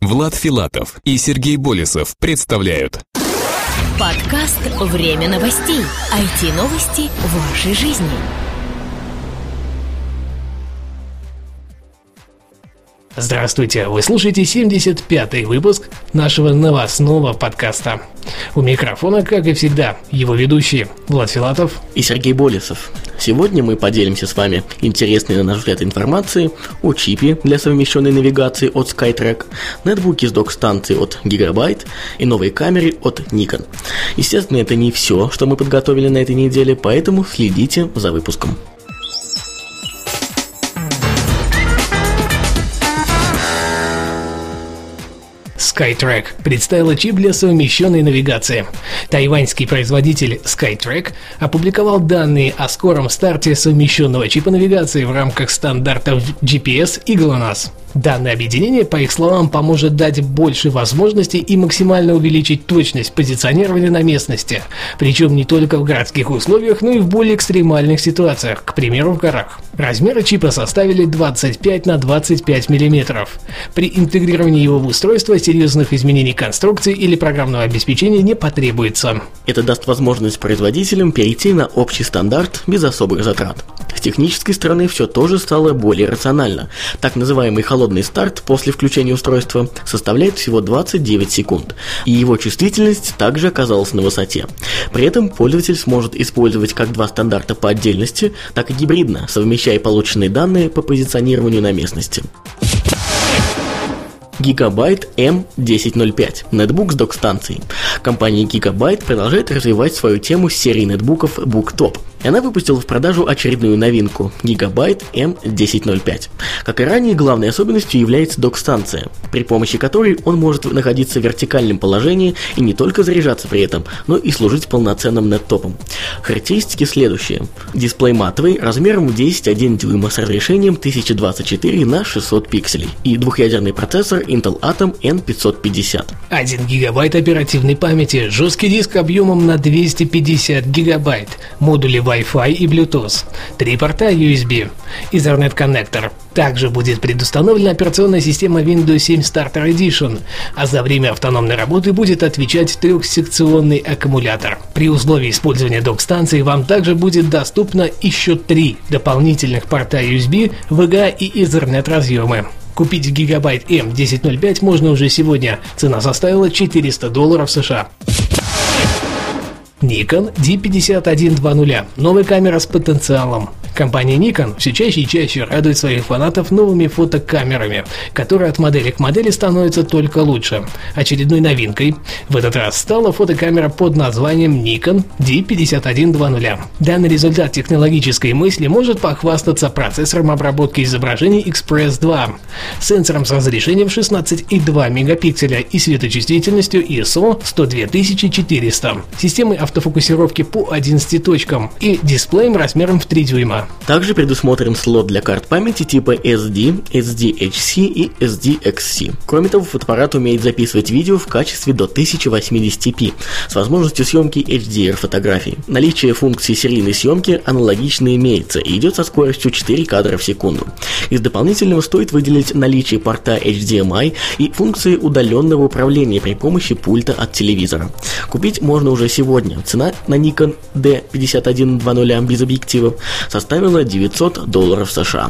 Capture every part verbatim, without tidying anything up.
Влад Филатов и Сергей Болесов представляют подкаст «Время новостей». ай ти-новости в вашей жизни. Здравствуйте, вы слушаете семьдесят пятый выпуск нашего новостного подкаста. У микрофона, как и всегда, его ведущие Влад Филатов и Сергей Болесов. Сегодня мы поделимся с вами интересной, на наш взгляд, информацией о чипе для совмещенной навигации от SkyTrack, нетбуке с док-станцией от Gigabyte и новой камере от Nikon. Естественно, это не все, что мы подготовили на этой неделе, поэтому следите за выпуском. SkyTrack представила чип для совмещенной навигации. Тайваньский производитель SkyTrack опубликовал данные о скором старте совмещенного чипа навигации в рамках стандартов джи пи эс и глонасс. Данное объединение, по их словам, поможет дать больше возможностей и максимально увеличить точность позиционирования на местности, причем не только в городских условиях, но и в более экстремальных ситуациях, к примеру, в горах. Размеры чипа составили двадцать пять на двадцать пять миллиметров. При интегрировании его в устройство серьезных изменений конструкции или программного обеспечения не потребуется. Это даст возможность производителям перейти на общий стандарт без особых затрат. С технической стороны все тоже стало более рационально. Так называемый холодный старт после включения устройства составляет всего двадцать девять секунд, и его чувствительность также оказалась на высоте. При этом пользователь сможет использовать как два стандарта по отдельности, так и гибридно, совмещая полученные данные по позиционированию на местности. Gigabyte эм десять ноль пять – нетбук с док-станцией. Компания Gigabyte продолжает развивать свою тему с серии нетбуков BookTop. И она выпустила в продажу очередную новинку – Gigabyte эм десять ноль пять. Как и ранее, главной особенностью является док-станция, при помощи которой он может находиться в вертикальном положении и не только заряжаться при этом, но и служить полноценным неттопом. Характеристики следующие. Дисплей матовый, размером в десять целых одна десятая дюйма с разрешением тысяча двадцать четыре на шестьсот пикселей и двухъядерный процессор Intel Atom эн пятьсот пятьдесят. один гигабайт оперативной памяти, жесткий диск объемом на двести пятьдесят гигабайт, модули Wi-Fi и Bluetooth, три порта ю эс би, Ethernet коннектор. Также будет предустановлена операционная система Windows семь Starter Edition, а за время автономной работы будет отвечать трехсекционный аккумулятор. При условии использования док-станции вам также будет доступно еще три дополнительных порта ю эс би, ви джи эй и Ethernet разъемы. Купить Gigabyte эм десять ноль пять можно уже сегодня. Цена составила четыреста долларов США. Nikon ди пятьдесят один двадцать. Новая камера с потенциалом. Компания Nikon все чаще и чаще радует своих фанатов новыми фотокамерами, которые от модели к модели становятся только лучше. Очередной новинкой в этот раз стала фотокамера под названием Nikon ди пятьдесят один двадцать. Данный результат технологической мысли может похвастаться процессором обработки изображений Express два, сенсором с разрешением шестнадцать и два мегапикселя и светочувствительностью ай эс о сто два тысячи четыреста, системой автофокусировки по одиннадцати точкам и дисплеем размером в три дюйма. Также предусмотрен слот для карт памяти типа эс ди, эс ди эйч си и эс ди экс си. Кроме того, фотоаппарат умеет записывать видео в качестве до тысяча восемьдесят пи с возможностью съемки эйч ди ар фотографий. Наличие функции серийной съемки аналогично имеется и идет со скоростью четыре кадра в секунду. Из дополнительного стоит выделить наличие порта эйч ди эм ай и функции удаленного управления при помощи пульта от телевизора. Купить можно уже сегодня. Цена на Nikon ди пятьдесят один двадцать без объективов составила девятьсот долларов США.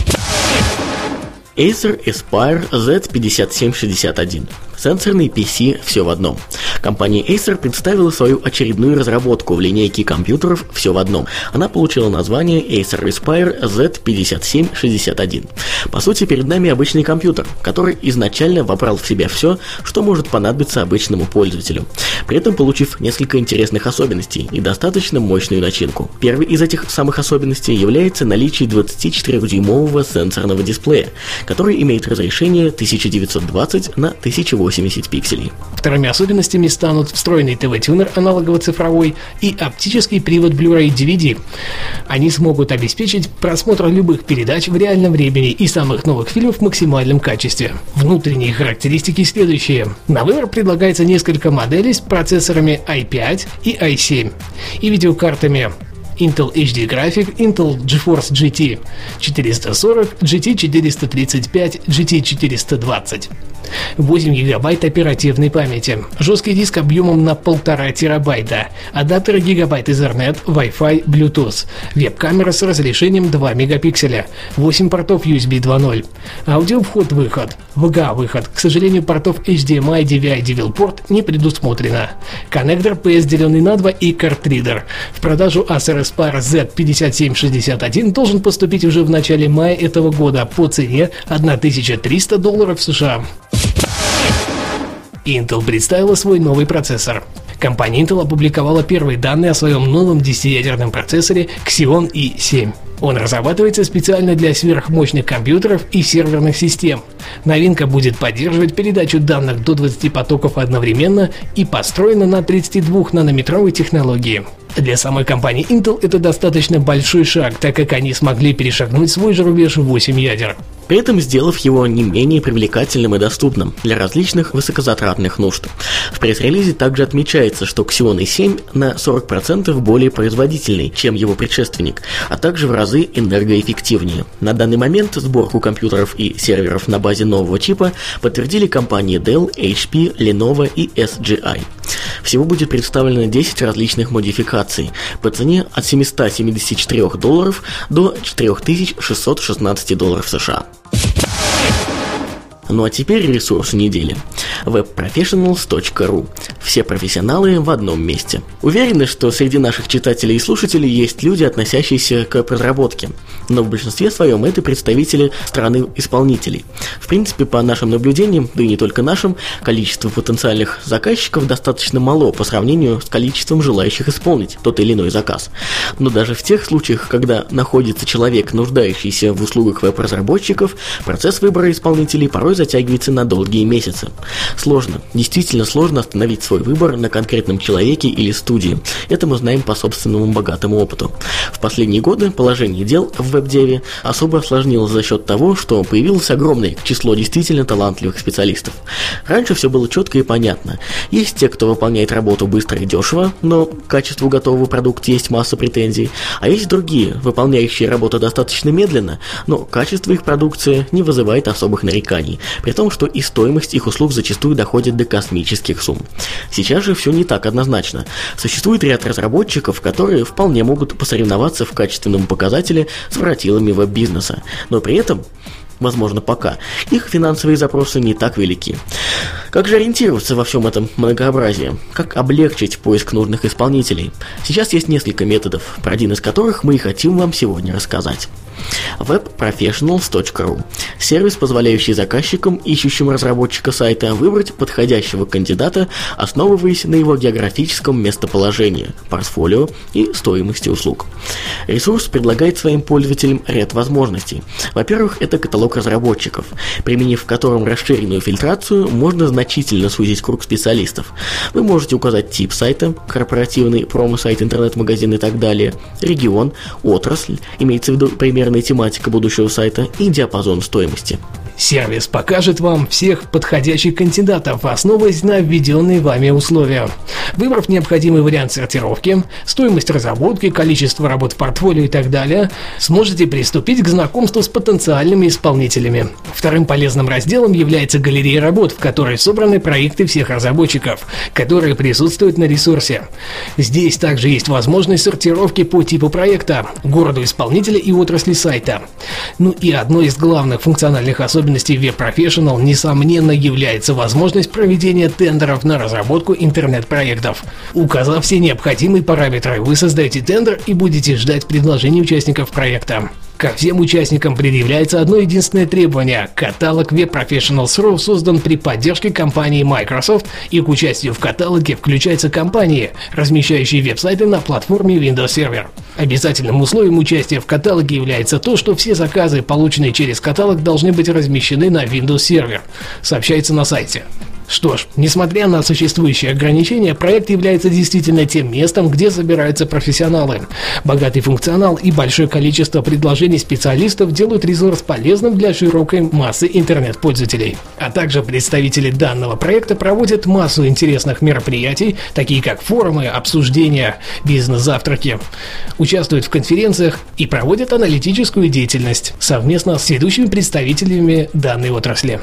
Acer Aspire зет пятьдесят семь шестьдесят один. Сенсорный пи си все в одном. Компания Acer представила свою очередную разработку в линейке компьютеров все в одном. Она получила название Acer Aspire зет пятьдесят семь шестьдесят один. По сути, перед нами обычный компьютер, который изначально вобрал в себя все, что может понадобиться обычному пользователю, при этом получив несколько интересных особенностей и достаточно мощную начинку. Первой из этих самых особенностей является наличие двадцатичетырёхдюймового сенсорного дисплея, который имеет разрешение тысяча девятьсот двадцать на тысяча восемьдесят пикселей. Вторыми особенностями станут встроенный ти ви-тюнер аналогово-цифровой и оптический привод Blu-ray ди ви ди. Они смогут обеспечить просмотр любых передач в реальном времени и самых новых фильмов в максимальном качестве. Внутренние характеристики следующие. На выбор предлагается несколько моделей с процессорами ай пять и ай семь и видеокартами Intel эйч ди Graphic, Intel GeForce джи ти четыреста сорок, джи ти четыреста тридцать пять, джи ти четыреста двадцать. восемь гигабайт оперативной памяти, жесткий диск объемом на полтора терабайта, адаптеры гигабайт Ethernet, Wi-Fi, Bluetooth, веб-камера с разрешением два мегапикселя, восемь портов ю эс би два ноль, аудио вход-выход, ви джи а-выход, к сожалению, портов эйч ди эм ай, ди ви ай, DivX-порт не предусмотрено, коннектор пи эс, деленный на два и картридер. В продажу Acer Aspire зет пятьдесят семь шестьдесят один должен поступить уже в начале мая этого года по цене тысяча триста долларов США. Intel представила свой новый процессор. Компания Intel опубликовала первые данные о своем новом десятиядерном процессоре Xeon и семь. Он разрабатывается специально для сверхмощных компьютеров и серверных систем. Новинка будет поддерживать передачу данных до двадцати потоков одновременно и построена на тридцати двух нанометровой технологии. Для самой компании Intel это достаточно большой шаг, так как они смогли перешагнуть свой же рубеж в восемь ядер. При этом сделав его не менее привлекательным и доступным для различных высокозатратных нужд. В пресс-релизе также отмечается, что Xeon и семь на сорок процентов более производительный, чем его предшественник, а также в разы энергоэффективнее. На данный момент сборку компьютеров и серверов на базе нового чипа подтвердили компании Dell, эйч пи, Lenovo и эс джи ай. Всего будет представлено десять различных модификаций по цене от семисот семидесяти четырёх долларов до четырёх тысяч шестисот шестнадцати долларов США. Ну а теперь ресурсы недели. веб профессионалс точка ру. Все профессионалы в одном месте. Уверены, что среди наших читателей и слушателей есть люди, относящиеся к разработке, но в большинстве своем это представители стороны исполнителей. В принципе, по нашим наблюдениям, да и не только нашим, количество потенциальных заказчиков достаточно мало по сравнению с количеством желающих исполнить тот или иной заказ. Но даже в тех случаях, когда находится человек, нуждающийся в услугах веб-разработчиков, процесс выбора исполнителей порой затягивается на долгие месяцы. Сложно, действительно сложно остановить свой выбор на конкретном человеке или студии. Это мы знаем по собственному богатому опыту. В последние годы положение дел в веб-деве особо осложнилось за счет того, что появилось огромное число действительно талантливых специалистов. Раньше все было четко и понятно. Есть те, кто выполняет работу быстро и дешево, но к качеству готового продукта есть масса претензий, а есть другие, выполняющие работу достаточно медленно, но качество их продукции не вызывает особых нареканий, при том, что и стоимость их услуг зачастую доходит до космических сумм. Сейчас же все не так однозначно. Существует ряд разработчиков, которые вполне могут посоревноваться в качественном показателе с воротилами веб-бизнеса, но при этом, возможно, пока, их финансовые запросы не так велики. Как же ориентироваться во всем этом многообразии? Как облегчить поиск нужных исполнителей? Сейчас есть несколько методов, про один из которых мы и хотим вам сегодня рассказать. веб профессионалс точка ру – сервис, позволяющий заказчикам, ищущим разработчика сайта, выбрать подходящего кандидата, основываясь на его географическом местоположении, портфолио и стоимости услуг. Ресурс предлагает своим пользователям ряд возможностей. Во-первых, это каталог разработчиков, применив в котором расширенную фильтрацию, можно значительно сузить круг специалистов. Вы можете указать тип сайта, корпоративный, промо-сайт, интернет-магазин и так далее, регион, отрасль, имеется в виду примерная тематика будущего сайта, и диапазон стоимости. Сервис покажет вам всех подходящих кандидатов, основываясь на введенные вами условия. Выбрав необходимый вариант сортировки, стоимость разработки, количество работ в портфолио и так далее, сможете приступить к знакомству с потенциальными исполнителями. Вторым полезным разделом является галерея работ, в которой собраны проекты всех разработчиков, которые присутствуют на ресурсе. Здесь также есть возможность сортировки по типу проекта, городу исполнителя и отрасли сайта. Ну и одной из главных функциональных особенностей Web Professional, несомненно, является возможность проведения тендеров на разработку интернет-проектов. Указав все необходимые параметры, вы создаете тендер и будете ждать предложений участников проекта. Ко всем участникам предъявляется одно единственное требование – каталог веб профессионалс точка ру создан при поддержке компании Microsoft, и к участию в каталоге включаются компании, размещающие веб-сайты на платформе Windows Server. Обязательным условием участия в каталоге является то, что все заказы, полученные через каталог, должны быть размещены на Windows Server, сообщается на сайте. Что ж, несмотря на существующие ограничения, проект является действительно тем местом, где собираются профессионалы. Богатый функционал и большое количество предложений специалистов делают ресурс полезным для широкой массы интернет-пользователей. А также представители данного проекта проводят массу интересных мероприятий, такие как форумы, обсуждения, бизнес-завтраки, участвуют в конференциях и проводят аналитическую деятельность совместно с ведущими представителями данной отрасли.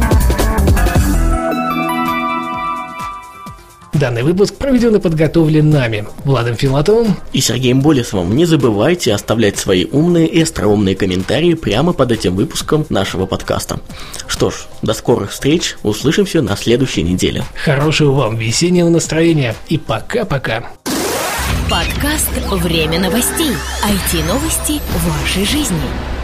Данный выпуск проведен и подготовлен нами, Владом Филатовым и Сергеем Болесовым. Не забывайте оставлять свои умные и остроумные комментарии прямо под этим выпуском нашего подкаста. Что ж, до скорых встреч, услышимся на следующей неделе. Хорошего вам весеннего настроения и пока-пока. Подкаст «Время новостей». ай ти-новости в вашей жизни.